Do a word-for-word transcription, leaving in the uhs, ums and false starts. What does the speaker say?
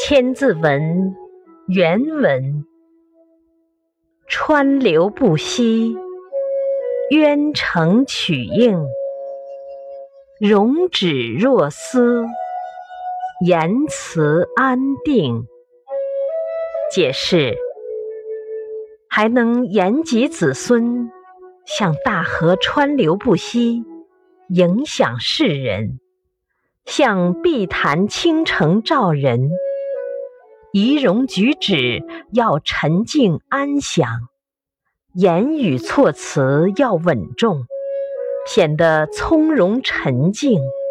千字文原文：川流不息，渊澄曲应，容止若丝，言辞安定。解释：还能延及子孙，像大河川流不息，影响世人；像碧潭倾城照人。仪容举止要沉静安详，言语措辞要稳重，显得从容沉静。